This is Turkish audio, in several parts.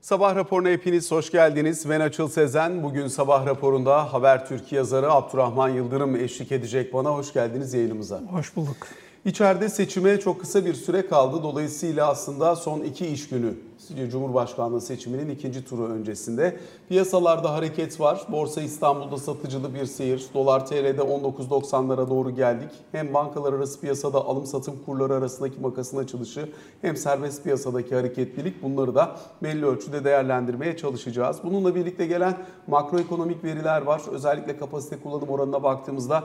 Sabah raporuna hepiniz hoş geldiniz. Ben Açıl Sezen. Bugün sabah raporunda Habertürk yazarı Abdurrahman Yıldırım eşlik edecek bana. Hoş geldiniz yayınımıza. Hoş bulduk. İçeride seçime çok kısa bir süre kaldı. Dolayısıyla aslında son 2 iş günü Cumhurbaşkanlığı seçiminin ikinci turu öncesinde. Piyasalarda hareket var. Borsa İstanbul'da satıcılı bir seyir. Dolar TL'de 19.90'lara doğru geldik. Hem bankalar arası piyasada alım satım kurları arasındaki makasın açılışı hem serbest piyasadaki hareketlilik, bunları da belli ölçüde değerlendirmeye çalışacağız. Bununla birlikte gelen makroekonomik veriler var. Özellikle kapasite kullanım oranına baktığımızda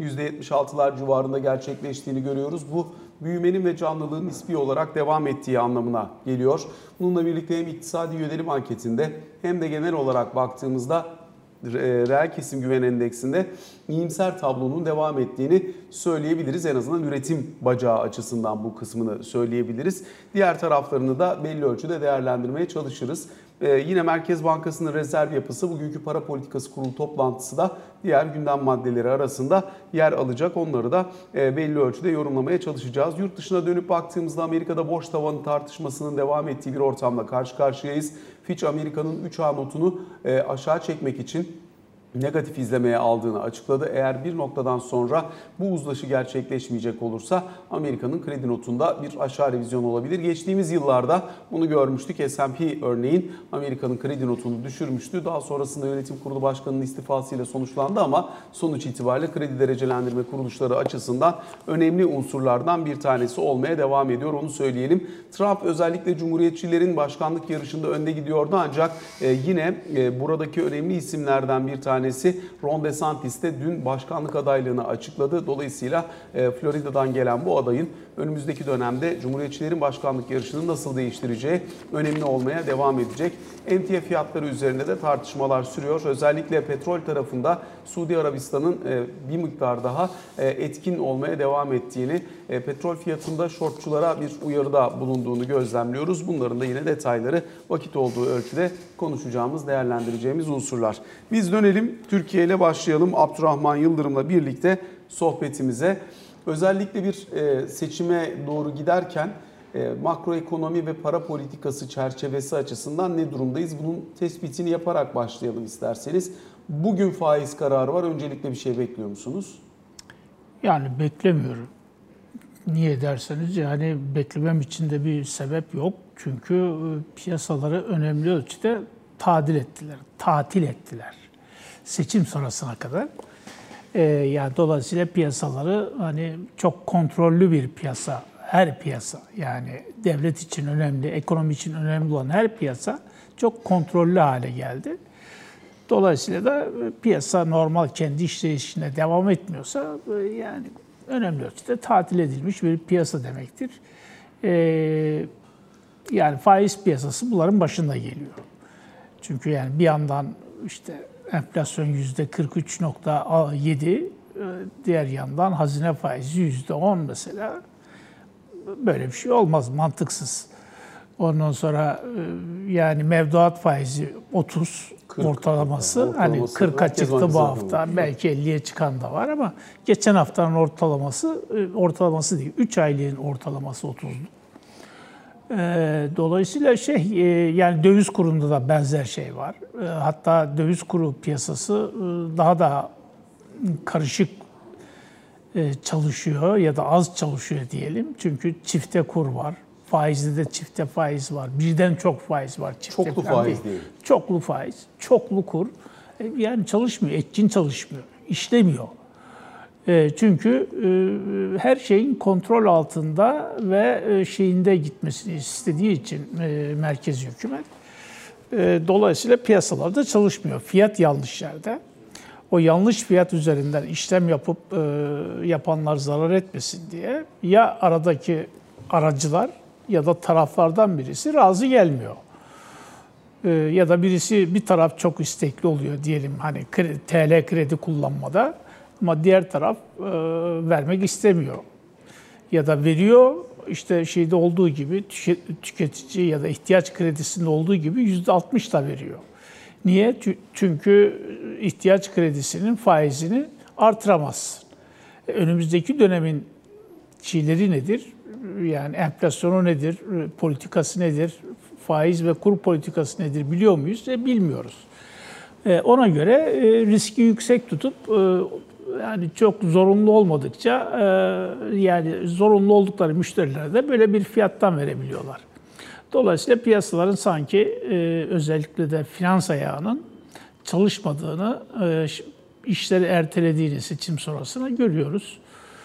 %76'lar civarında gerçekleştiğini görüyoruz. Bu büyümenin ve canlılığın nispi olarak devam ettiği anlamına geliyor. Bununla birlikte hem iktisadi yönelim anketinde hem de genel olarak baktığımızda reel kesim güven endeksinde iyimser tablonun devam ettiğini söyleyebiliriz. En azından üretim bacağı açısından bu kısmını söyleyebiliriz. Diğer taraflarını da belli ölçüde değerlendirmeye çalışırız. Yine Merkez Bankası'nın rezerv yapısı bugünkü para politikası kurulu toplantısı da diğer gündem maddeleri arasında yer alacak. Onları da belli ölçüde yorumlamaya çalışacağız. Yurt dışına dönüp baktığımızda Amerika'da borç tavanı tartışmasının devam ettiği bir ortamla karşı karşıyayız. Fitch Amerika'nın 3A notunu aşağı çekmek için negatif izlemeye aldığını açıkladı. Eğer bir noktadan sonra bu uzlaşı gerçekleşmeyecek olursa Amerika'nın kredi notunda bir aşağı revizyon olabilir. Geçtiğimiz yıllarda bunu görmüştük. S&P örneğin Amerika'nın kredi notunu düşürmüştü. Daha sonrasında yönetim kurulu başkanının istifasıyla sonuçlandı ama sonuç itibariyle kredi derecelendirme kuruluşları açısından önemli unsurlardan bir tanesi olmaya devam ediyor. Onu söyleyelim. Trump özellikle Cumhuriyetçilerin başkanlık yarışında önde gidiyordu ancak yine buradaki önemli isimlerden bir tanesi Ron DeSantis de dün başkanlık adaylığını açıkladı. Dolayısıyla Florida'dan gelen bu adayın önümüzdeki dönemde Cumhuriyetçilerin başkanlık yarışını nasıl değiştireceği önemli olmaya devam edecek. Emtia fiyatları üzerinde de tartışmalar sürüyor. Özellikle petrol tarafında Suudi Arabistan'ın bir miktar daha etkin olmaya devam ettiğini, petrol fiyatında şortçulara bir uyarıda bulunduğunu gözlemliyoruz. Bunların da yine detayları vakit olduğu ölçüde konuşacağımız, değerlendireceğimiz unsurlar. Biz dönelim Türkiye ile başlayalım. Abdurrahman Yıldırım'la birlikte sohbetimize. Özellikle bir seçime doğru giderken makroekonomi ve para politikası çerçevesi açısından ne durumdayız? Bunun tespitini yaparak başlayalım isterseniz. Bugün faiz kararı var. Öncelikle bir şey bekliyor musunuz? Yani beklemiyorum. Niye derseniz yani beklemem için de bir sebep yok. Çünkü piyasaları önemli ölçüde tatil ettiler. Seçim sonrasına kadar. Yani dolayısıyla piyasaları hani çok kontrollü bir piyasa, her piyasa yani devlet için önemli, ekonomi için önemli olan her piyasa çok kontrollü hale geldi. Dolayısıyla da piyasa normal kendi işleyişine devam etmiyorsa yani önemli ölçüde tatil edilmiş bir piyasa demektir. Yani faiz piyasası bunların başında geliyor. Çünkü yani bir yandan işte enflasyon %43.7, diğer yandan hazine faizi %10 mesela. Böyle bir şey olmaz, mantıksız. Ondan sonra yani mevduat faizi 30 ortalaması. Hani 40'a çıktı bu hafta, belki 50'ye çıkan da var ama geçen haftanın ortalaması değil, 3 aylığın ortalaması 30'du. Dolayısıyla yani döviz kurunda da benzer şey var. Hatta döviz kuru piyasası daha da karışık çalışıyor ya da az çalışıyor diyelim. Çünkü çifte kur var. Faizde de çifte faiz var. Birden çok faiz var. Çoklu faiz değil. Çoklu faiz, çoklu kur. Yani çalışmıyor, etkin çalışmıyor, işlemiyor. Çünkü her şeyin kontrol altında ve şeyinde gitmesini istediği için merkezi hükümet. Dolayısıyla piyasalarda çalışmıyor. Fiyat yanlış yerde. O yanlış fiyat üzerinden işlem yapıp yapanlar zarar etmesin diye ya aradaki aracılar ya da taraflardan birisi razı gelmiyor. Ya da bir taraf çok istekli oluyor diyelim hani TL kredi kullanmada ama diğer taraf vermek istemiyor. Ya da veriyor işte şeyde olduğu gibi tüketici ya da ihtiyaç kredisinde olduğu gibi %60 da veriyor. Niye? Çünkü ihtiyaç kredisinin faizini artıramazsın. Önümüzdeki dönemin şeyleri nedir? Yani enflasyonu nedir? Politikası nedir? faiz ve kur politikası nedir biliyor muyuz? Bilmiyoruz. Ona göre riski yüksek tutup yani çok zorunlu olmadıkça yani zorunlu oldukları müşterilere de böyle bir fiyattan verebiliyorlar. Dolayısıyla piyasaların sanki özellikle de finans ayağının çalışmadığını, işleri ertelediğini seçim sonrasında görüyoruz.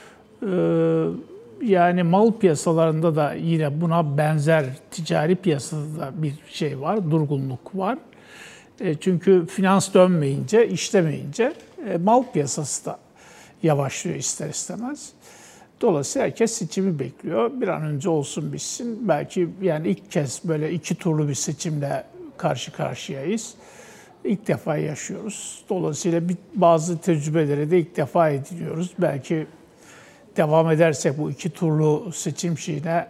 Yani mal piyasalarında da yine buna benzer ticari piyasada da bir şey var, durgunluk var. Çünkü finans dönmeyince, işlemeyince mal piyasası da yavaşlıyor ister istemez. Dolayısıyla herkes seçimi bekliyor. Bir an önce olsun bitsin. Belki yani ilk kez böyle 2 turlu bir seçimle karşı karşıyayız. İlk defa yaşıyoruz. Dolayısıyla bazı tecrübeleri de ilk defa ediniyoruz. Belki devam edersek bu 2 turlu seçim şeyine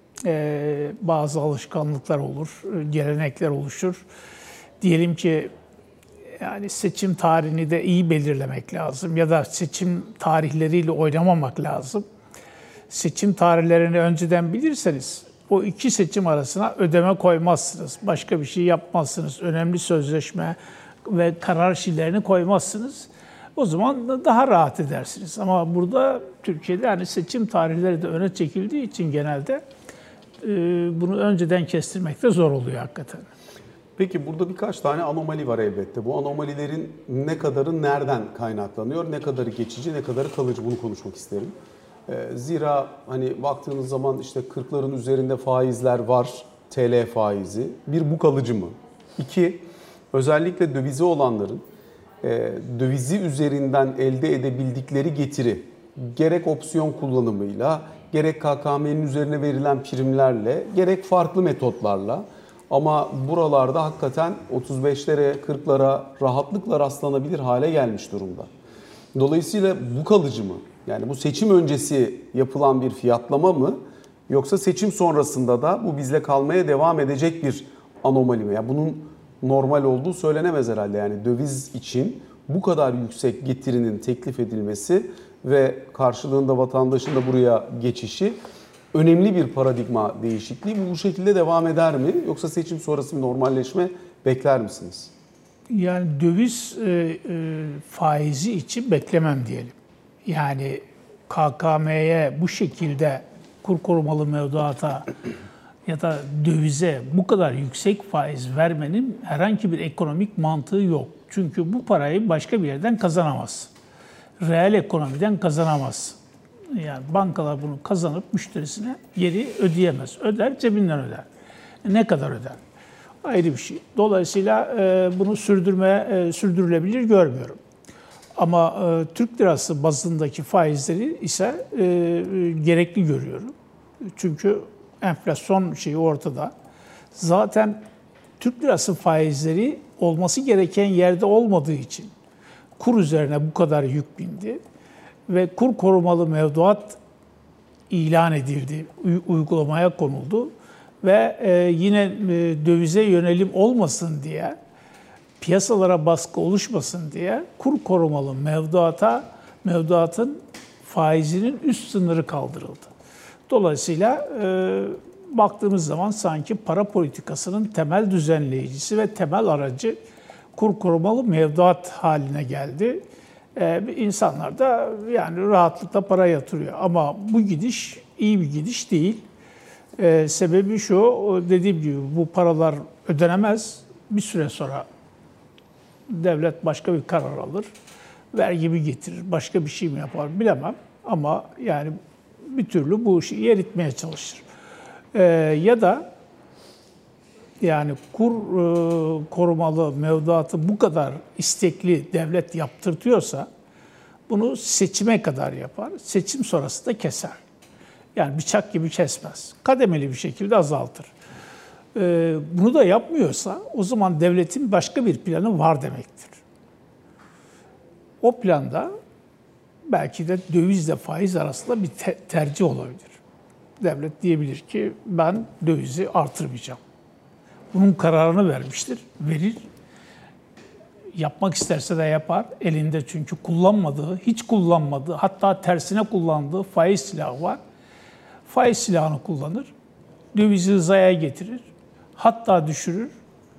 bazı alışkanlıklar olur, gelenekler oluşur. Diyelim ki yani seçim tarihini de iyi belirlemek lazım ya da seçim tarihleriyle oynamamak lazım. Seçim tarihlerini önceden bilirseniz o 2 seçim arasına ödeme koymazsınız. Başka bir şey yapmazsınız. Önemli sözleşme ve karar şeylerini koymazsınız. O zaman daha rahat edersiniz. Ama burada Türkiye'de yani seçim tarihleri de öne çekildiği için genelde bunu önceden kestirmek de zor oluyor hakikaten. Peki burada birkaç tane anomali var elbette. Bu anomalilerin ne kadarı nereden kaynaklanıyor, ne kadarı geçici, ne kadarı kalıcı bunu konuşmak isterim. Zira hani baktığınız zaman işte 40'ların üzerinde faizler var, TL faizi. Bir, bu kalıcı mı? 2, özellikle dövizi olanların dövizi üzerinden elde edebildikleri getiri, gerek opsiyon kullanımıyla, gerek KKM'nin üzerine verilen primlerle, gerek farklı metotlarla ama buralarda hakikaten 35'lere, 40'lara rahatlıkla rastlanabilir hale gelmiş durumda. Dolayısıyla bu kalıcı mı? Yani bu seçim öncesi yapılan bir fiyatlama mı? Yoksa seçim sonrasında da bu bizle kalmaya devam edecek bir anomali mi? Yani bunun normal olduğu söylenemez herhalde. Yani döviz için bu kadar yüksek getirinin teklif edilmesi ve karşılığında vatandaşın da buraya geçişi önemli bir paradigma değişikliği. Bu şekilde devam eder mi? Yoksa seçim sonrası bir normalleşme bekler misiniz? Yani döviz faizi için beklemem diyelim. Yani KKM'ye bu şekilde kur korumalı mevduata ya da dövize bu kadar yüksek faiz vermenin herhangi bir ekonomik mantığı yok. Çünkü bu parayı başka bir yerden kazanamazsın. Reel ekonomiden kazanamazsın. Yani bankalar bunu kazanıp müşterisine geri ödeyemez. Öder, cebinden öder. Ne kadar öder? Ayrı bir şey. Dolayısıyla bunu sürdürülebilir görmüyorum. Ama Türk lirası bazındaki faizleri ise gerekli görüyorum. Çünkü enflasyon şeyi ortada. Zaten Türk lirası faizleri olması gereken yerde olmadığı için kur üzerine bu kadar yük bindi ve kur korumalı mevduat ilan edildi, uygulamaya konuldu ve yine dövize yönelim olmasın diye, piyasalara baskı oluşmasın diye kur korumalı mevduatın faizinin üst sınırı kaldırıldı. Dolayısıyla baktığımız zaman sanki para politikasının temel düzenleyicisi ve temel aracı kur korumalı mevduat haline geldi. İnsanlar da yani rahatlıkla para yatırıyor. Ama bu gidiş iyi bir gidiş değil. Sebebi şu, dediğim gibi bu paralar ödenemez. Bir süre sonra devlet başka bir karar alır. Vergi mi getirir, başka bir şey mi yapar bilemem. Ama yani bir türlü bu işi eritmeye çalışır. Ya da yani kur korumalı mevduatı bu kadar istekli devlet yaptırtıyorsa bunu seçime kadar yapar. Seçim sonrası da keser. Yani bıçak gibi kesmez. Kademeli bir şekilde azaltır. Bunu da yapmıyorsa o zaman devletin başka bir planı var demektir. O planda belki de dövizle faiz arasında bir tercih olabilir. Devlet diyebilir ki ben dövizi artırmayacağım. Bunun kararını vermiştir, verir. Yapmak isterse de yapar. Elinde çünkü hiç kullanmadığı, hatta tersine kullandığı faiz silahı var. Faiz silahını kullanır, dövizi hizaya getirir. hatta düşürür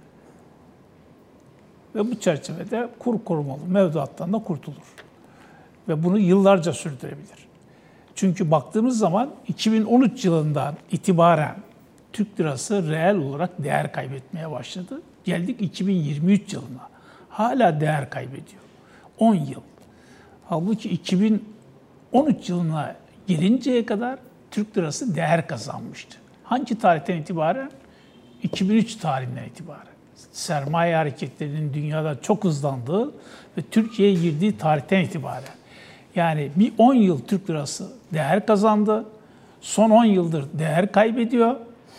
ve bu çerçevede kur korumalı mevduattan da kurtulur. Ve bunu yıllarca sürdürebilir. Çünkü baktığımız zaman 2013 yılından itibaren Türk lirası reel olarak değer kaybetmeye başladı. Geldik 2023 yılına. Hala değer kaybediyor. 10 yıl. Halbuki 2013 yılına gelinceye kadar Türk lirası değer kazanmıştı. Hangi tarihten itibaren? 2003 tarihinden itibaren. Sermaye hareketlerinin dünyada çok hızlandığı ve Türkiye'ye girdiği tarihten itibaren. Yani bir 10 yıl Türk lirası değer kazandı. Son 10 yıldır değer kaybediyor.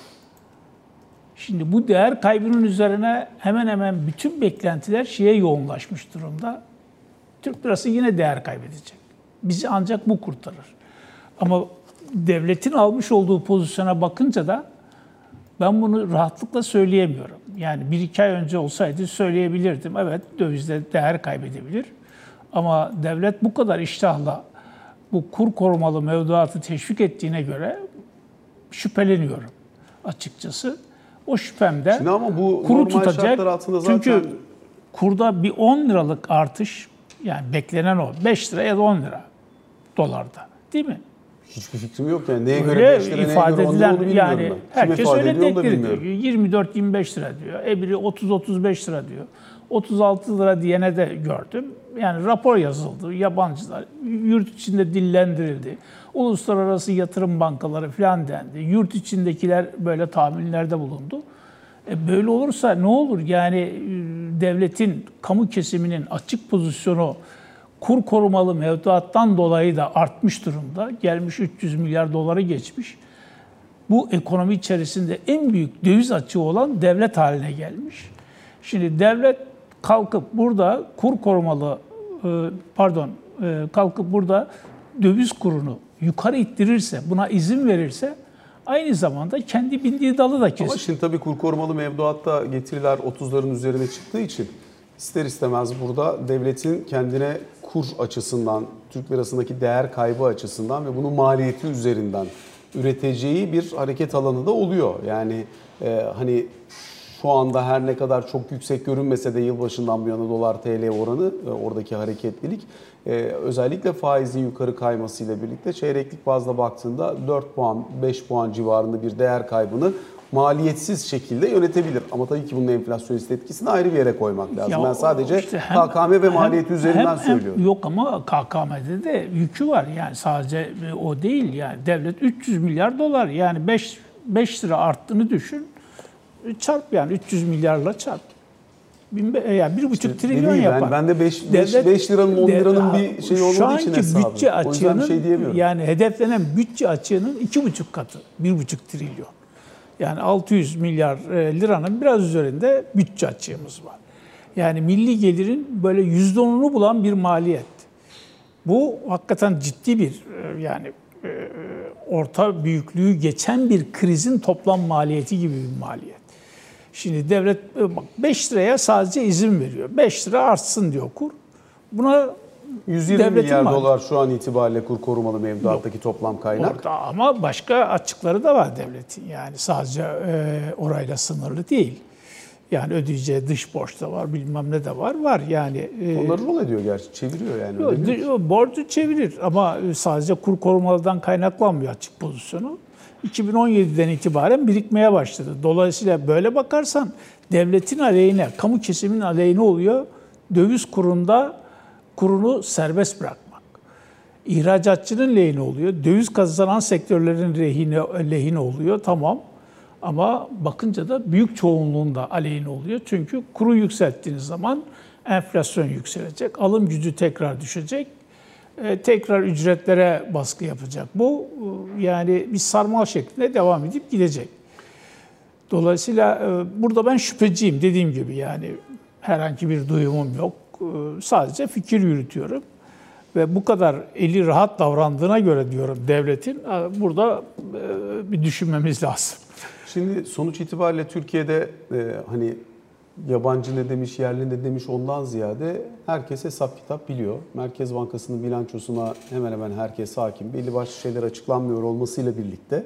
Şimdi bu değer kaybının üzerine hemen hemen bütün beklentiler şeye yoğunlaşmış durumda. Türk lirası yine değer kaybedecek. Bizi ancak bu kurtarır. Ama devletin almış olduğu pozisyona bakınca da ben bunu rahatlıkla söyleyemiyorum. Yani 1-2 ay önce olsaydı söyleyebilirdim. Evet, dövizde değer kaybedebilir. Ama devlet bu kadar iştahla bu kur korumalı mevduatı teşvik ettiğine göre şüpheleniyorum açıkçası. O şüphemde Şimdi ama bu kuru normal tutacak. şartlar altında zaten... Çünkü kurda bir 10 liralık artış, yani beklenen o 5 lira ya da 10 lira dolarda, değil mi? Hiçbir fikrim yok yani. Neye göre Öyle 5 lira, neye ifade göre 10 lira edilen, onu bilmiyorum yani ben. Kim herkes ifade öyle ediyor onu da tekdir bilmiyorum. ediyor. 24-25 lira diyor. Biri 30-35 lira diyor. 36 lira diyene de gördüm. Yani rapor yazıldı. Yabancılar yurt içinde dillendirildi. Uluslararası yatırım bankaları falan dendi. Yurt içindekiler böyle tahminlerde bulundu. Böyle olursa ne olur? Yani devletin, kamu kesiminin açık pozisyonu kur korumalı mevduattan dolayı da artmış durumda. Gelmiş 300 milyar doları geçmiş. Bu ekonomi içerisinde en büyük döviz açığı olan devlet haline gelmiş. Şimdi devlet kalkıp burada kur korumalı, kalkıp burada döviz kurunu yukarı ittirirse, buna izin verirse aynı zamanda kendi bindiği dalı da keser. Ama şimdi tabii kur korumalı mevduatta getiriler 30'ların üzerine çıktığı için ister istemez burada devletin kendine kur açısından, Türk lirasındaki değer kaybı açısından ve bunun maliyeti üzerinden üreteceği bir hareket alanı da oluyor. Yani hani şu anda her ne kadar çok yüksek görünmese de yılbaşından bu yana dolar TL oranı, oradaki hareketlilik özellikle faizin yukarı kaymasıyla birlikte çeyreklik bazda baktığında 4 puan, 5 puan civarında bir değer kaybını maliyetsiz şekilde yönetebilir. Ama tabii ki bunun enflasyonist etkisini ayrı bir yere koymak lazım. Ya ben sadece işte KKM ve maliyeti üzerinden söylüyorum. Yok ama KKM'de de yükü var. Yani sadece o değil. Yani devlet 300 milyar dolar, yani 5 lira arttığını düşün. Çarp, yani 300 milyarla çarp. Yani 1,5 trilyon yapar. Ben de 5 liranın 10 liranın bir şey olduğu için hesabı. Şu anki bütçe O yüzden bir açığının, şey diyemiyorum. yani hedeflenen bütçe açığının 2,5 katı. 1,5 trilyon. Yani 600 milyar liranın biraz üzerinde bütçe açığımız var. Yani milli gelirin böyle %10'unu bulan bir maliyet. Bu hakikaten ciddi bir yani orta büyüklüğü geçen bir krizin toplam maliyeti gibi bir maliyet. Şimdi devlet 5 liraya sadece izin veriyor. 5 lira artsın diyor kur. Buna 120 milyar dolar şu an itibariyle kur korumalı mevduattaki toplam kaynak. Orada ama başka açıkları da var devletin. Yani sadece orayla sınırlı değil. Yani ödeyeceği dış borç da var, bilmem ne de var. Var yani. Onları rol ediyor gerçi, çeviriyor yani. Borcu çevirir ama sadece kur korumalıdan kaynaklanmıyor açık pozisyonu. 2017'den itibaren birikmeye başladı. Dolayısıyla böyle bakarsan devletin aleyhine, kamu kesiminin aleyhine oluyor. Döviz kurunu serbest bırakmak. İhracatçının lehine oluyor. Döviz kazanan sektörlerin lehine oluyor. Tamam. Ama bakınca da büyük çoğunluğunda aleyhine oluyor. Çünkü kuru yükselttiğiniz zaman enflasyon yükselecek. Alım gücü tekrar düşecek. Tekrar ücretlere baskı yapacak. Bu yani bir sarmal şeklinde devam edip gidecek. Dolayısıyla burada ben şüpheciyim, dediğim gibi, yani herhangi bir duyumum yok. Sadece fikir yürütüyorum. Ve bu kadar eli rahat davrandığına göre diyorum devletin, burada bir düşünmemiz lazım. Şimdi sonuç itibariyle Türkiye'de hani yabancı ne demiş, yerli ne demiş ondan ziyade herkes hesap kitap biliyor. Merkez Bankası'nın bilançosuna hemen hemen herkes hakim. Belli başlı şeyler açıklanmıyor olmasıyla birlikte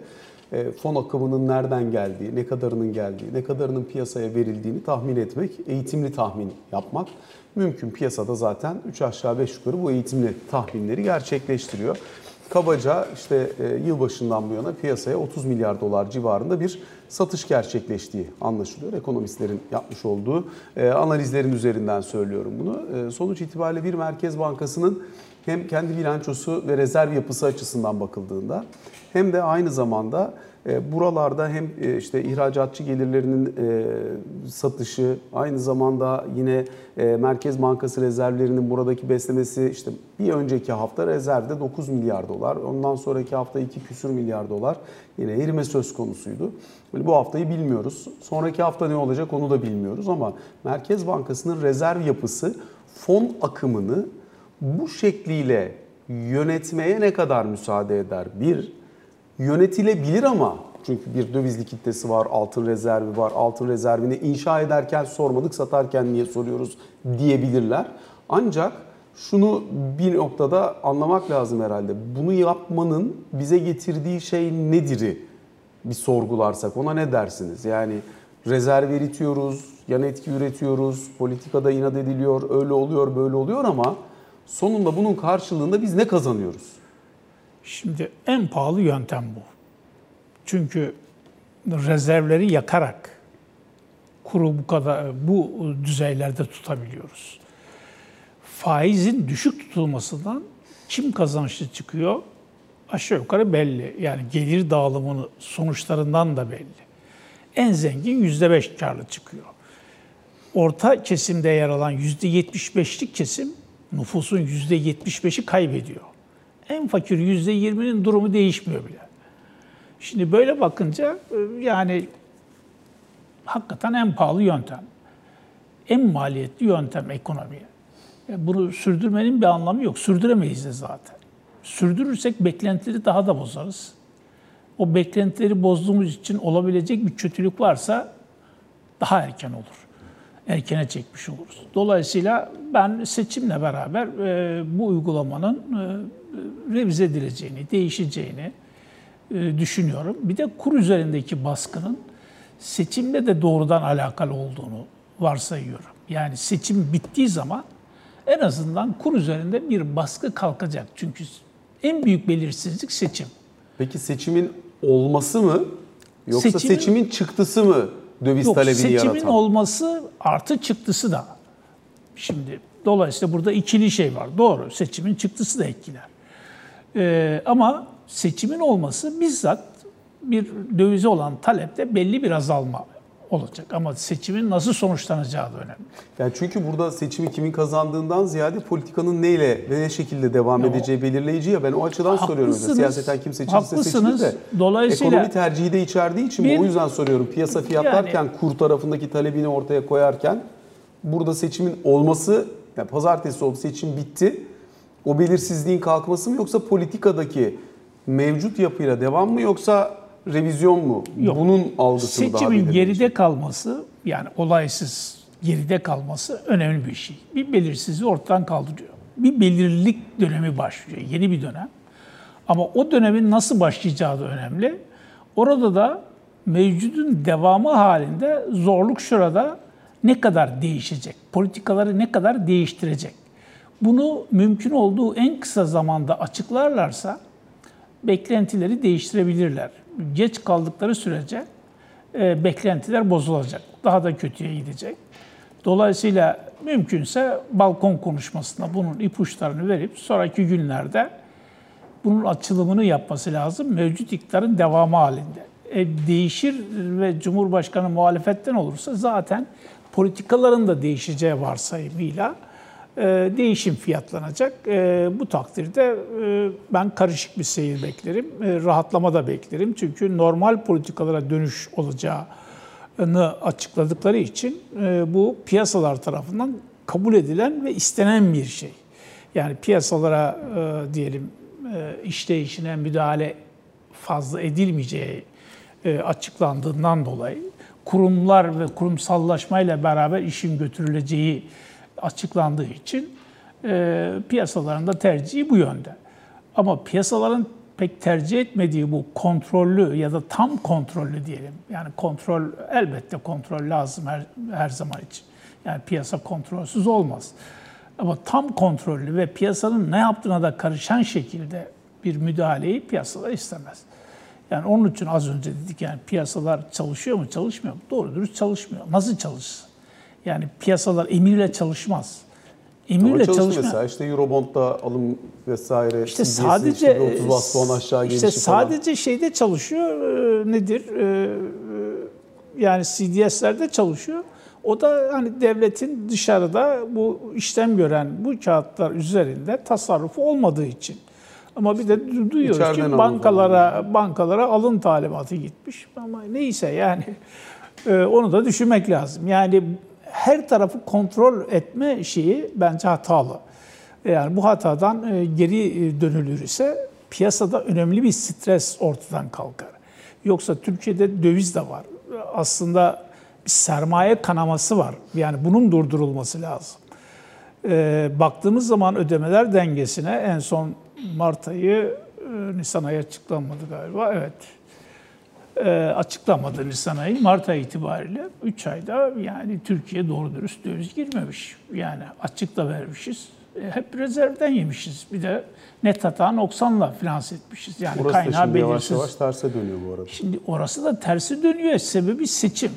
fon akımının nereden geldiği, ne kadarının geldiği, ne kadarının piyasaya verildiğini tahmin etmek, eğitimli tahmin yapmak mümkün. Piyasada zaten 3 aşağı 5 yukarı bu eğitimli tahminleri gerçekleştiriyor. Kabaca işte yılbaşından bu yana piyasaya 30 milyar dolar civarında bir satış gerçekleştiği anlaşılıyor. Ekonomistlerin yapmış olduğu analizlerin üzerinden söylüyorum bunu. Sonuç itibariyle bir Merkez Bankası'nın hem kendi bilançosu ve rezerv yapısı açısından bakıldığında hem de aynı zamanda buralarda hem işte ihracatçı gelirlerinin satışı, aynı zamanda yine Merkez Bankası rezervlerinin buradaki beslemesi, işte bir önceki hafta rezervde 9 milyar dolar, ondan sonraki hafta 2 küsür milyar dolar yine erime söz konusuydu. Bu haftayı bilmiyoruz. Sonraki hafta ne olacak onu da bilmiyoruz ama Merkez Bankası'nın rezerv yapısı fon akımını bu şekliyle yönetmeye ne kadar müsaade eder? Bir, yönetilebilir ama çünkü bir döviz likiditesi var, altın rezervi var. Altın rezervini inşa ederken sormadık, satarken niye soruyoruz diyebilirler. Ancak şunu bir noktada anlamak lazım herhalde. Bunu yapmanın bize getirdiği şey nedir'i bir sorgularsak ona ne dersiniz? Yani rezerv eritiyoruz, yan etki üretiyoruz, politikada inat ediliyor, öyle oluyor, böyle oluyor ama sonunda bunun karşılığında biz ne kazanıyoruz? Şimdi en pahalı yöntem bu. Çünkü rezervleri yakarak kuru bu düzeylerde tutabiliyoruz. Faizin düşük tutulmasından kim kazançlı çıkıyor? Aşağı yukarı belli. Yani gelir dağılımının sonuçlarından da belli. En zengin %5 karlı çıkıyor. Orta kesimde yer alan %75'lik kesim nüfusun %75'i kaybediyor. En fakir %20'nin durumu değişmiyor bile. Şimdi böyle bakınca yani hakikaten en pahalı yöntem. En maliyetli yöntem ekonomiye. Bunu sürdürmenin bir anlamı yok. Sürdüremeyiz de zaten. Sürdürürsek beklentileri daha da bozarız. O beklentileri bozduğumuz için olabilecek bir kötülük varsa daha erken olur. Erkene çekmiş oluruz. Dolayısıyla ben seçimle beraber bu uygulamanın revize edileceğini, değişeceğini düşünüyorum. Bir de kur üzerindeki baskının seçimle de doğrudan alakalı olduğunu varsayıyorum. Yani seçim bittiği zaman en azından kur üzerinde bir baskı kalkacak. Çünkü en büyük belirsizlik seçim. Peki seçimin olması mı yoksa seçimin çıktısı mı döviz talebini yaratan? Seçimin olması artı çıktısı da. Şimdi dolayısıyla burada ikili şey var. Doğru, seçimin çıktısı da etkiler. Ama seçimin olması bizzat bir dövize olan talepte belli bir azalma olacak. Ama seçimin nasıl sonuçlanacağı da önemli. Yani çünkü burada seçimi kimin kazandığından ziyade politikanın neyle ve ne şekilde devam edeceği belirleyici ya. Ben o açıdan soruyorum. Siyaseten kim seçilirse seçilir de. Dolayısıyla ekonomi tercihi de içerdiği için o yüzden soruyorum. Piyasa fiyatlarken kur tarafındaki talebini ortaya koyarken burada seçimin olması, yani pazartesi oldu, seçim bitti. O belirsizliğin kalkması mı yoksa politikadaki mevcut yapıyla devam mı yoksa revizyon mu? Yok. Bunun algısı mı daha belirleyici? Seçimin geride kalması, yani olaysız geride kalması önemli bir şey. Bir belirsizliği ortadan kaldırıyor. Bir belirlilik dönemi başlıyor, yeni bir dönem. Ama o dönemin nasıl başlayacağı da önemli. Orada da mevcudun devamı halinde zorluk şurada ne kadar değişecek, politikaları ne kadar değiştirecek. Bunu mümkün olduğu en kısa zamanda açıklarlarsa beklentileri değiştirebilirler. Geç kaldıkları sürece beklentiler bozulacak. Daha da kötüye gidecek. Dolayısıyla mümkünse balkon konuşmasında bunun ipuçlarını verip sonraki günlerde bunun açılımını yapması lazım. Mevcut iktidarın devamı halinde. Değişir ve Cumhurbaşkanı muhalefetten olursa zaten politikaların da değişeceği varsayımıyla değişim fiyatlanacak. Bu takdirde ben karışık bir seyir beklerim, rahatlama da beklerim. Çünkü normal politikalara dönüş olacağını açıkladıkları için bu piyasalar tarafından kabul edilen ve istenen bir şey. Yani piyasalara diyelim işleyişine müdahale fazla edilmeyeceği açıklandığından dolayı kurumlar ve kurumsallaşmayla beraber işin götürüleceği açıklandığı için piyasaların da tercihi bu yönde. Ama piyasaların pek tercih etmediği bu kontrollü ya da tam kontrollü diyelim. Yani kontrol, elbette kontrol lazım her zaman için. Yani piyasa kontrolsüz olmaz. Ama tam kontrollü ve piyasanın ne yaptığına da karışan şekilde bir müdahaleyi piyasalar istemez. Yani onun için az önce dedik, yani piyasalar çalışıyor mu, çalışmıyor mu? Doğru dürüst çalışmıyor. Nasıl çalışsın? Yani piyasalar emirle çalışmaz. Ama çalıştı mesela işte Eurobond'da alım vesaire. İşte CDS'in sadece 30 bas puan aşağı gelişi işte sadece falan. Şeyde çalışıyor. Nedir? Yani CDS'lerde çalışıyor. O da hani devletin dışarıda bu işlem gören bu kağıtlar üzerinde tasarrufu olmadığı için. Ama bir de duyuyoruz İçeriden ki bankalara alın talimatı gitmiş. Ama neyse yani onu da düşünmek lazım. Yani her tarafı kontrol etme şeyi bence hatalı. Yani bu hatadan geri dönülür ise piyasada önemli bir stres ortadan kalkar. Yoksa Türkiye'de döviz de var. Aslında bir sermaye kanaması var. Yani bunun durdurulması lazım. Baktığımız zaman ödemeler dengesine en son Mart ayı, Nisan ayı açıklanmadı galiba. Evet. Açıklamadı Nisan ayı. Mart ayı itibariyle 3 ayda yani Türkiye doğru dürüst döviz girmemiş. Yani açık da vermişiz. Hep rezervden yemişiz. Bir de net hata noksanla finanse etmişiz. Yani orası kaynağı şimdi belirsiz. Yavaş yavaş terse dönüyor bu arada. Şimdi orası da tersi dönüyor. Sebebi seçim.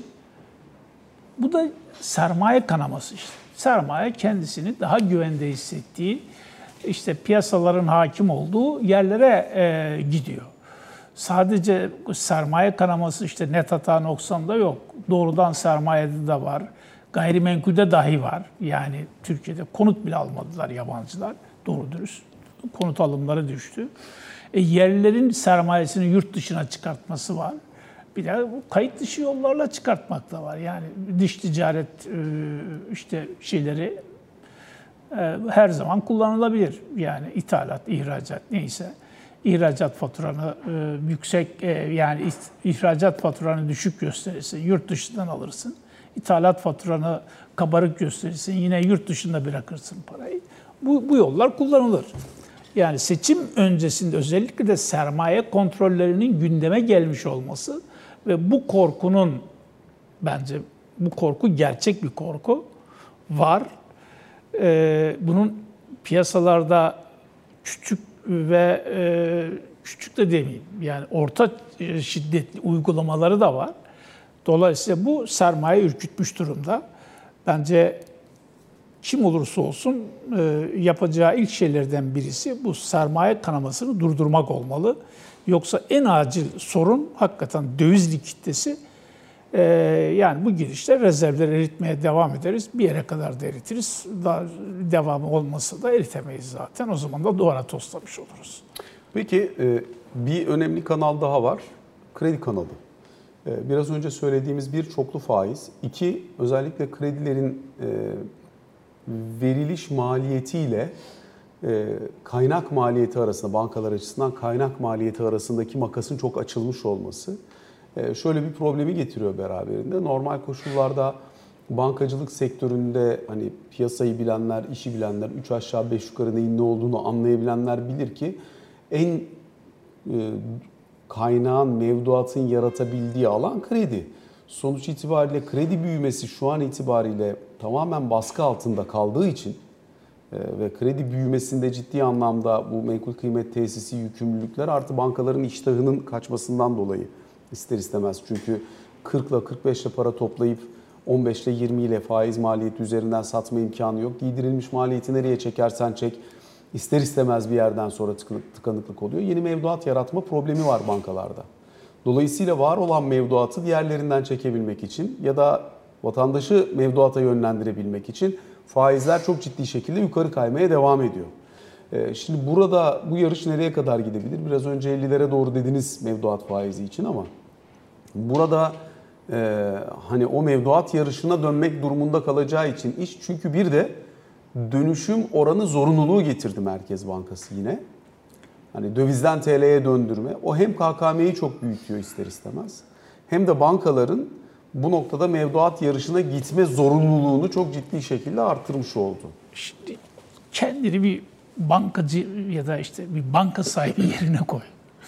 Bu da sermaye kanaması işte. Sermaye kendisini daha güvende hissettiği, işte piyasaların hakim olduğu yerlere gidiyor. Sadece sermaye kanaması işte net hata noksanda yok. Doğrudan sermayede de var. Gayrimenkulde dahi var. Yani Türkiye'de konut bile almadılar yabancılar. Doğru dürüst. Konut alımları düştü. Yerlilerin sermayesini yurt dışına çıkartması var. Bir de kayıt dışı yollarla çıkartmak da var. Yani dış ticaret işte şeyleri her zaman kullanılabilir. Yani ithalat, ihracat neyse. İhracat faturanı yüksek, yani ihracat faturanı düşük gösterirsin, yurt dışından alırsın. İthalat faturanı kabarık gösterirsin, yine yurt dışında bırakırsın parayı. Bu yollar kullanılır. Yani seçim öncesinde özellikle de sermaye kontrollerinin gündeme gelmiş olması ve bu korkunun, bence bu korku gerçek bir korku var. Bunun piyasalarda küçük ve küçük de demeyeyim, yani orta şiddetli uygulamaları da var. Dolayısıyla bu sermaye ürkütmüş durumda. Bence kim olursa olsun yapacağı ilk şeylerden birisi bu sermaye kanamasını durdurmak olmalı. Yoksa en acil sorun hakikaten döviz likiditesi. Yani bu girişte rezervleri eritmeye devam ederiz. Bir yere kadar da eritiriz. Daha devamı olmasa da eritemeyiz zaten. O zaman da duvara toslamış oluruz. Peki bir önemli kanal daha var. Kredi kanalı. Biraz önce söylediğimiz bir çoklu faiz. İki, özellikle kredilerin veriliş maliyetiyle kaynak maliyeti arasında, bankalar açısından kaynak maliyeti arasındaki makasın çok açılmış olması şöyle bir problemi getiriyor beraberinde. Normal koşullarda bankacılık sektöründe hani piyasayı bilenler, işi bilenler, 3 aşağı 5 yukarı neyin ne olduğunu anlayabilenler bilir ki en kaynağın, mevduatın yaratabildiği alan kredi. Sonuç itibariyle kredi büyümesi şu an itibariyle tamamen baskı altında kaldığı için ve kredi büyümesinde ciddi anlamda bu menkul kıymet tesisi yükümlülükler artı bankaların iştahının kaçmasından dolayı ister istemez. Çünkü 40 ile 45 ile para toplayıp 15 ile 20 ile faiz maliyeti üzerinden satma imkanı yok. Giydirilmiş maliyeti nereye çekersen çek ister istemez bir yerden sonra tıkanıklık oluyor. Yeni mevduat yaratma problemi var bankalarda. Dolayısıyla var olan mevduatı diğerlerinden çekebilmek için ya da vatandaşı mevduata yönlendirebilmek için faizler çok ciddi şekilde yukarı kaymaya devam ediyor. Şimdi burada bu yarış nereye kadar gidebilir? Biraz önce 50'lere doğru dediniz mevduat faizi için ama burada hani o mevduat yarışına dönmek durumunda kalacağı için iş, çünkü bir de dönüşüm oranı zorunluluğu getirdi Merkez Bankası yine. Hani dövizden TL'ye döndürme. O hem KKM'yi çok büyütüyor ister istemez. Hem de bankaların bu noktada mevduat yarışına gitme zorunluluğunu çok ciddi şekilde artırmış oldu. Şimdi kendini bir bankacı ya da işte bir banka sahibi yerine koy.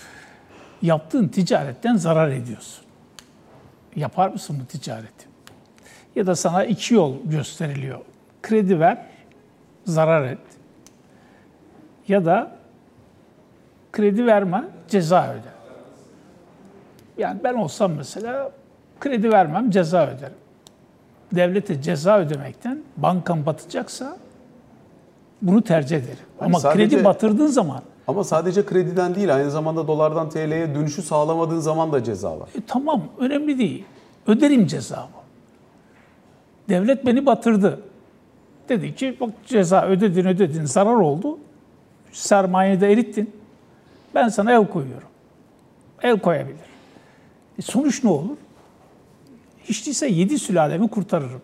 yaptığın ticaretten zarar ediyorsun. Yapar mısın bu ticareti? Ya da sana iki yol gösteriliyor. Kredi ver, zarar et. Ya da kredi verme, ceza öde. Yani ben olsam mesela kredi vermem, ceza öderim. Devlete ceza ödemekten bankam batacaksa bunu tercih ederim. Ama kredi batırdığın zaman... Ama sadece krediden değil, aynı zamanda dolardan TL'ye dönüşü sağlamadığın zaman da ceza var. Tamam, önemli değil. Öderim cezamı. Devlet beni batırdı. Dedi ki bak ceza ödedin, zarar oldu. Sermayeni de erittin. Ben sana el koyuyorum. El koyabilir. Sonuç ne olur? Hiç değilse 7 sülalemi kurtarırım.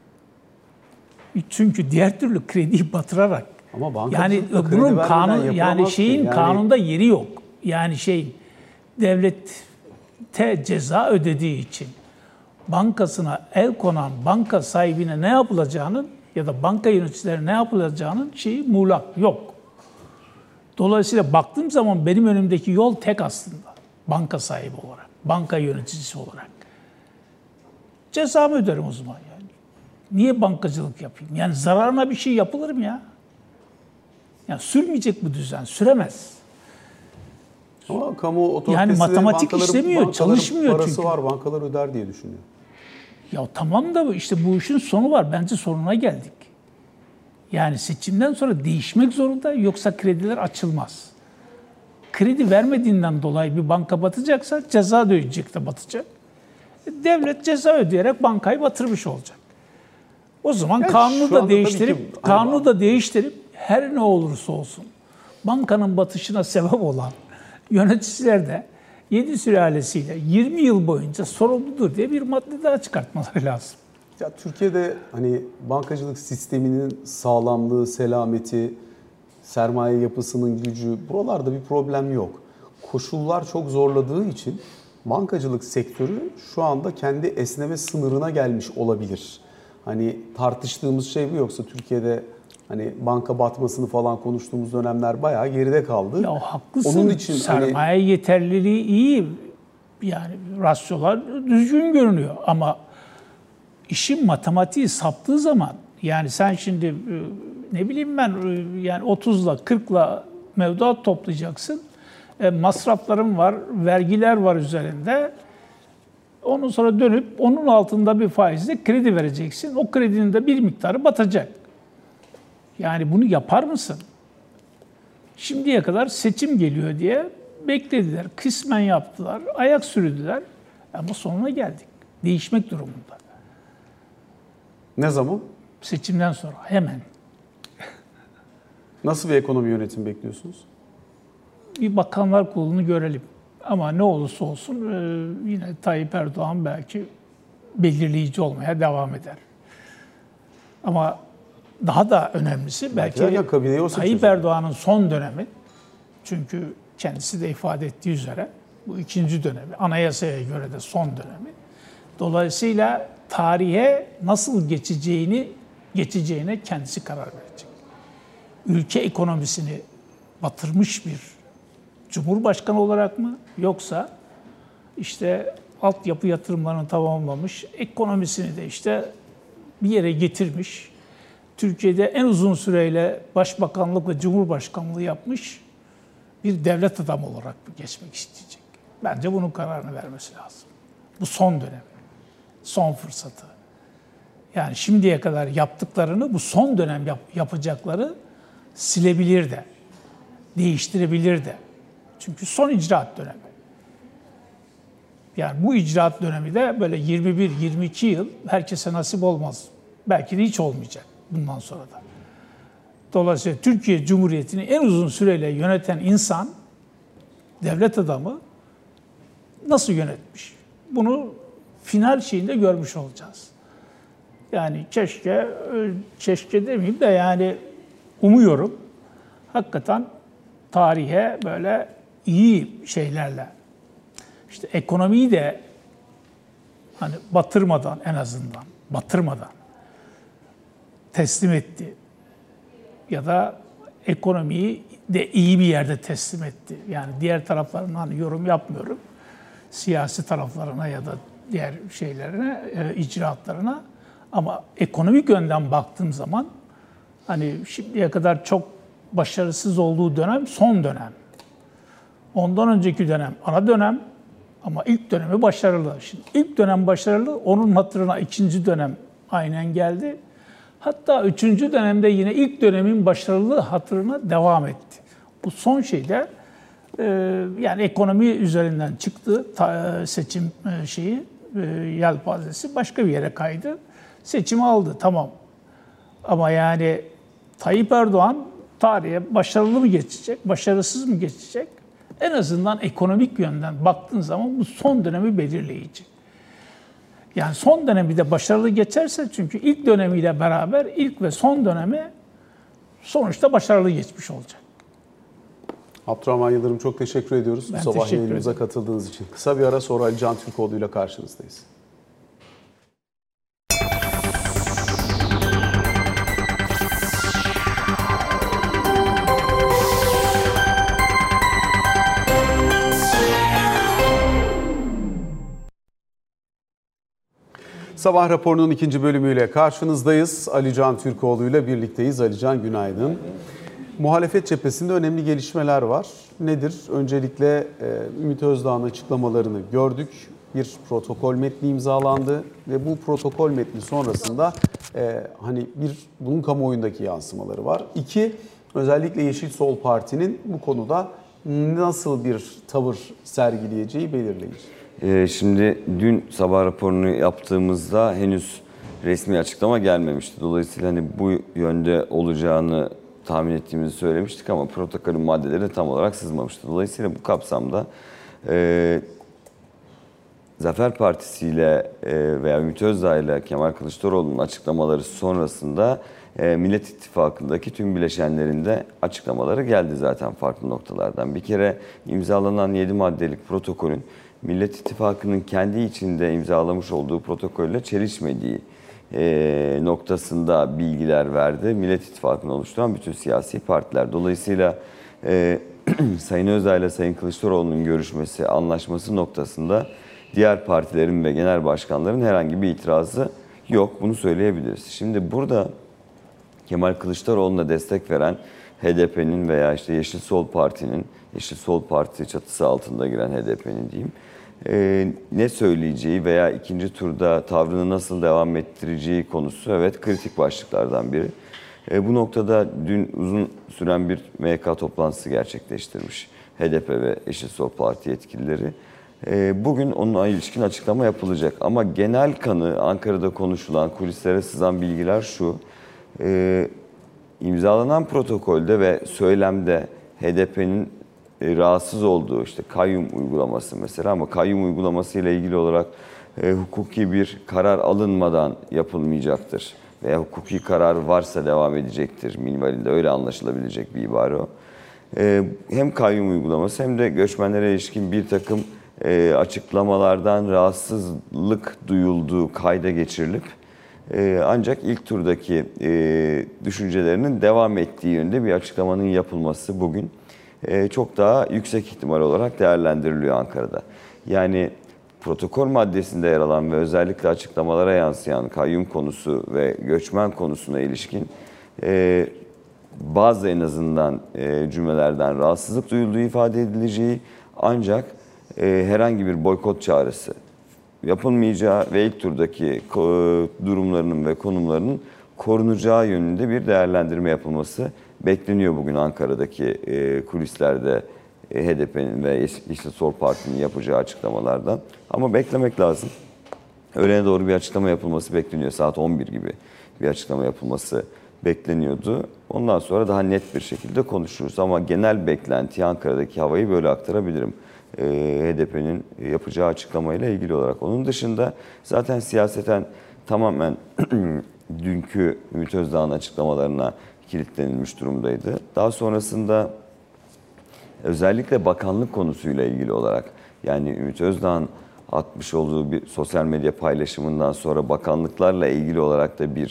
Çünkü diğer türlü krediyi batırarak. Ama yani bunun kanunda yeri yok. Yani devlete ceza ödediği için bankasına el konan banka sahibine ne yapılacağının ya da banka yöneticilerine ne yapılacağının muğlak yok. Dolayısıyla baktığım zaman benim önümdeki yol tek aslında. Banka sahibi olarak, banka yöneticisi olarak. Cezamı öderim o zaman yani. Niye bankacılık yapayım? Yani zararına bir şey yapılır mı ya? Yani sürmeyecek bu düzen, süremez. Ama kamu otoritesi yani matematik işlemiyor, çalışmıyor parası çünkü. var, bankalar öder diye düşünüyor. Ya tamam da işte bu işin sonu var. Bence sonuna geldik. Yani seçimden sonra değişmek zorunda, yoksa krediler açılmaz. Kredi vermediğinden dolayı bir banka batacaksa ceza ödeyecek de batacak. Devlet ceza ödeyerek bankayı batırmış olacak. O zaman yani kanunu da değiştirip her ne olursa olsun bankanın batışına sebep olan yöneticiler de 7 sülalesiyle 20 yıl boyunca sorumludur diye bir madde daha çıkartmaları lazım. Ya Türkiye'de hani bankacılık sisteminin sağlamlığı, selameti, sermaye yapısının gücü, buralarda bir problem yok. Koşullar çok zorladığı için bankacılık sektörü şu anda kendi esneme sınırına gelmiş olabilir. Hani tartıştığımız şey bu, yoksa Türkiye'de hani banka batmasını falan konuştuğumuz dönemler bayağı geride kaldı. Ya haklısın. Onun için sermaye yeterliliği iyi. Yani rasyolar düzgün görünüyor ama işin matematiği saptığı zaman, yani sen şimdi ne bileyim ben yani 30'la 40'la mevduat toplayacaksın. Masrafların var, vergiler var üzerinde. Ondan sonra dönüp onun altında bir faizle kredi vereceksin. O kredinin de bir miktarı batacak. Yani bunu yapar mısın? Şimdiye kadar seçim geliyor diye beklediler. Kısmen yaptılar, ayak sürdüler. Ama sonuna geldik. Değişmek durumunda. Ne zaman? Seçimden sonra hemen. Nasıl bir ekonomi yönetimi bekliyorsunuz? Bir bakanlar kurulunu görelim. Ama ne olursa olsun yine Tayyip Erdoğan belki belirleyici olmaya devam eder. Ama daha da önemlisi belki Tayyip Erdoğan'ın son dönemi. Çünkü kendisi de ifade ettiği üzere bu ikinci dönemi, anayasaya göre de son dönemi. Dolayısıyla tarihe nasıl geçeceğine kendisi karar verecek. Ülke ekonomisini batırmış bir Cumhurbaşkanı olarak mı, yoksa işte altyapı yatırımlarını tamamlamış, ekonomisini de işte bir yere getirmiş, Türkiye'de en uzun süreyle başbakanlık ve cumhurbaşkanlığı yapmış bir devlet adamı olarak mı geçmek isteyecek? Bence bunun kararını vermesi lazım. Bu son dönem, son fırsatı. Yani şimdiye kadar yaptıklarını bu son dönem yapacakları silebilir de, değiştirebilir de. Çünkü son icraat dönemi. Yani bu icraat dönemi de böyle 21-22 yıl herkese nasip olmaz. Belki de hiç olmayacak bundan sonra da. Dolayısıyla Türkiye Cumhuriyeti'ni en uzun süreyle yöneten insan, devlet adamı nasıl yönetmiş? Bunu final şeyinde görmüş olacağız. Yani keşke demeyeyim de yani umuyorum hakikaten tarihe böyle iyi şeylerle, işte ekonomiyi de hani batırmadan, en azından batırmadan teslim etti. Ya da ekonomiyi de iyi bir yerde teslim etti. Yani diğer taraflarına hani yorum yapmıyorum. Siyasi taraflarına ya da diğer şeylerine, icraatlarına. Ama ekonomik yönden baktığım zaman hani şimdiye kadar çok başarısız olduğu dönem son dönem. Ondan önceki dönem ana dönem ama ilk dönemi başarılı. Şimdi ilk dönem başarılı, onun hatırına ikinci dönem aynen geldi. Hatta üçüncü dönemde yine ilk dönemin başarılı hatırına devam etti. Bu son şeyde yani ekonomi üzerinden çıktı seçim yelpazesi başka bir yere kaydı. Seçimi aldı tamam. Ama yani Tayyip Erdoğan tarihe başarılı mı geçecek, başarısız mı geçecek? En azından ekonomik yönden baktığın zaman bu son dönemi belirleyici. Yani son dönemi de başarılı geçerse çünkü ilk dönemiyle beraber ilk ve son dönemi sonuçta başarılı geçmiş olacak. Abdurrahman Yıldırım çok teşekkür ediyoruz. Ben Bu sabah teşekkür yayınımıza ederim. katıldığınız için. Kısa bir ara sonra Ali Can Türkoğlu ile karşınızdayız. Sabah raporunun ikinci bölümüyle karşınızdayız. Ali Can Türkoğlu ile birlikteyiz. Ali Can günaydın. Muhalefet cephesinde önemli gelişmeler var. Nedir? Öncelikle Ümit Özdağ'ın açıklamalarını gördük. Bir protokol metni imzalandı ve bu protokol metni sonrasında hani bunun kamuoyundaki yansımaları var. İki, özellikle Yeşil Sol Parti'nin bu konuda nasıl bir tavır sergileyeceği belirleyici. Şimdi dün sabah raporunu yaptığımızda henüz resmi açıklama gelmemişti. Dolayısıyla hani bu yönde olacağını tahmin ettiğimizi söylemiştik ama protokolün maddeleri de tam olarak sızmamıştı. Dolayısıyla bu kapsamda Zafer Partisi ile veya Ümit Özdağ ile Kemal Kılıçdaroğlu'nun açıklamaları sonrasında Millet İttifakı'ndaki tüm bileşenlerin de açıklamaları geldi zaten farklı noktalardan. Bir kere imzalanan 7 maddelik protokolün Millet İttifakı'nın kendi içinde imzalamış olduğu protokolle çelişmediği noktasında bilgiler verdi. Millet İttifakı'nı oluşturan bütün siyasi partiler. Dolayısıyla Sayın Özdağ ile Sayın Kılıçdaroğlu'nun görüşmesi, anlaşması noktasında diğer partilerin ve genel başkanların herhangi bir itirazı yok. Bunu söyleyebiliriz. Şimdi burada Kemal Kılıçdaroğlu'na destek veren HDP'nin veya işte Yeşil Sol Parti'nin, Yeşil Sol Parti çatısı altında giren HDP'nin diyeyim, ne söyleyeceği veya ikinci turda tavrını nasıl devam ettireceği konusu evet kritik başlıklardan biri. Bu noktada dün uzun süren bir MYK toplantısı gerçekleştirmiş HDP ve Yeşil Sol Parti yetkilileri. Bugün onunla ilişkin açıklama yapılacak ama genel kanı Ankara'da konuşulan, kulislere sızan bilgiler şu: imzalanan protokolde ve söylemde HDP'nin rahatsız olduğu işte kayyum uygulaması mesela, ama kayyum uygulaması ile ilgili olarak hukuki bir karar alınmadan yapılmayacaktır veya hukuki karar varsa devam edecektir minvalinde, öyle anlaşılabilecek bir ibare o. Hem kayyum uygulaması hem de göçmenlere ilişkin bir takım açıklamalardan rahatsızlık duyulduğu kayda geçirilip ancak ilk turdaki düşüncelerinin devam ettiği yönde bir açıklamanın yapılması bugün çok daha yüksek ihtimal olarak değerlendiriliyor Ankara'da. Yani protokol maddesinde yer alan ve özellikle açıklamalara yansıyan kayyum konusu ve göçmen konusuna ilişkin bazı en azından cümlelerden rahatsızlık duyulduğu ifade edileceği, ancak herhangi bir boykot çağrısı yapılmayacağı ve ilk turdaki durumlarının ve konumlarının korunacağı yönünde bir değerlendirme yapılması bekleniyor bugün Ankara'daki kulislerde HDP'nin ve Yeşil Sol Parti'nin yapacağı açıklamalardan. Ama beklemek lazım. Öğlene doğru bir açıklama yapılması bekleniyor. Saat 11 gibi bir açıklama yapılması bekleniyordu. Ondan sonra daha net bir şekilde konuşuruz. Ama genel beklenti, Ankara'daki havayı böyle aktarabilirim. HDP'nin yapacağı açıklamayla ilgili olarak. Onun dışında zaten siyaseten tamamen dünkü Ümit Özdağ'ın açıklamalarına kilitlenilmiş durumdaydı. Daha sonrasında özellikle bakanlık konusuyla ilgili olarak, yani Ümit Özdağ'ın atmış olduğu bir sosyal medya paylaşımından sonra bakanlıklarla ilgili olarak da bir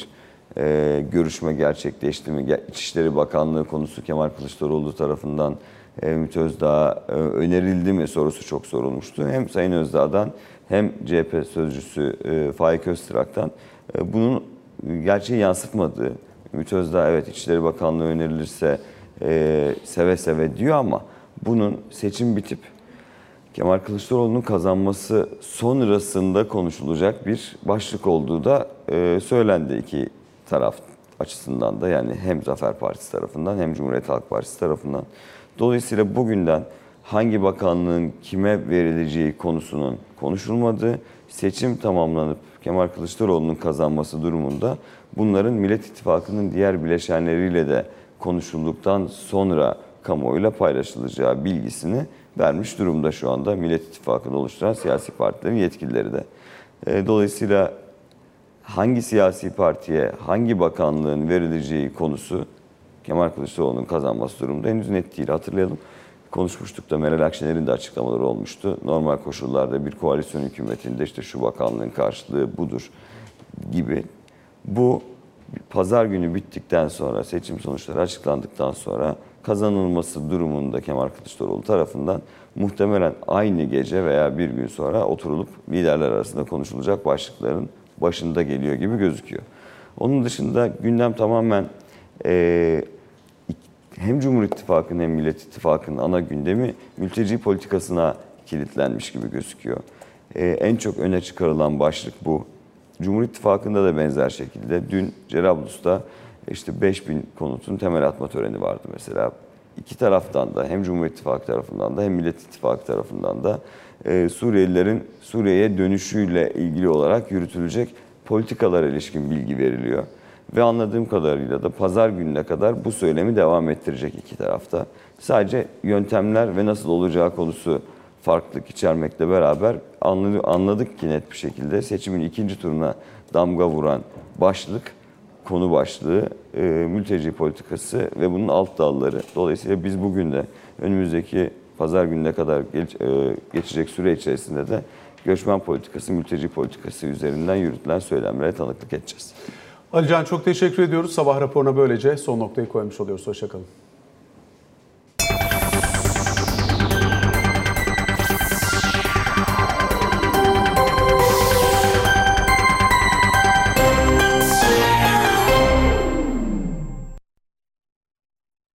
görüşme gerçekleşti mi? İçişleri Bakanlığı konusu Kemal Kılıçdaroğlu tarafından Ümit Özdağ'a önerildi mi sorusu çok sorulmuştu. Hem Sayın Özdağ'dan hem CHP sözcüsü Faik Öztrak'tan bunun gerçeği yansıtmadığı, Ümit Özdağ evet İçişleri Bakanlığı önerilirse seve seve diyor ama bunun seçim bitip Kemal Kılıçdaroğlu'nun kazanması sonrasında konuşulacak bir başlık olduğu da söylendi iki taraf açısından da, yani hem Zafer Partisi tarafından hem Cumhuriyet Halk Partisi tarafından. Dolayısıyla bugünden hangi bakanlığın kime verileceği konusunun konuşulmadığı, seçim tamamlanıp Kemal Kılıçdaroğlu'nun kazanması durumunda bunların Millet İttifakı'nın diğer bileşenleriyle de konuşulduktan sonra kamuoyuyla paylaşılacağı bilgisini vermiş durumda şu anda Millet İttifakı'nı oluşturan siyasi partilerin yetkilileri de. Dolayısıyla hangi siyasi partiye hangi bakanlığın verileceği konusu Kemal Kılıçdaroğlu'nun kazanması durumunda henüz net değil. Hatırlayalım, konuşmuştuk da Meral Akşener'in de açıklamaları olmuştu. Normal koşullarda bir koalisyon hükümetinde işte şu bakanlığın karşılığı budur gibi. Bu pazar günü bittikten sonra, seçim sonuçları açıklandıktan sonra kazanılması durumunda Kemal Kılıçdaroğlu tarafından muhtemelen aynı gece veya bir gün sonra oturulup liderler arasında konuşulacak başlıkların başında geliyor gibi gözüküyor. Onun dışında gündem tamamen hem Cumhur İttifakı'nın hem Millet İttifakı'nın ana gündemi mülteci politikasına kilitlenmiş gibi gözüküyor. En çok öne çıkarılan başlık bu. Cumhur İttifakı'nda da benzer şekilde dün Cerablus'ta işte 5000 konutun temel atma töreni vardı mesela. İki taraftan da, hem Cumhur İttifakı tarafından da hem Millet İttifakı tarafından da Suriyelilerin Suriye'ye dönüşüyle ilgili olarak yürütülecek politikalara ilişkin bilgi veriliyor. Ve anladığım kadarıyla da pazar gününe kadar bu söylemi devam ettirecek iki tarafta. Sadece yöntemler ve nasıl olacağı konusu farklılık içermekle beraber anladık ki net bir şekilde seçimin ikinci turuna damga vuran başlık, konu başlığı mülteci politikası ve bunun alt dalları. Dolayısıyla biz bugün de önümüzdeki pazar gününe kadar geçecek süre içerisinde de göçmen politikası, mülteci politikası üzerinden yürütülen söylemlere tanıklık edeceğiz. Ali Can, çok teşekkür ediyoruz. Sabah raporuna böylece son noktayı koymuş oluyoruz. Hoşça kalın.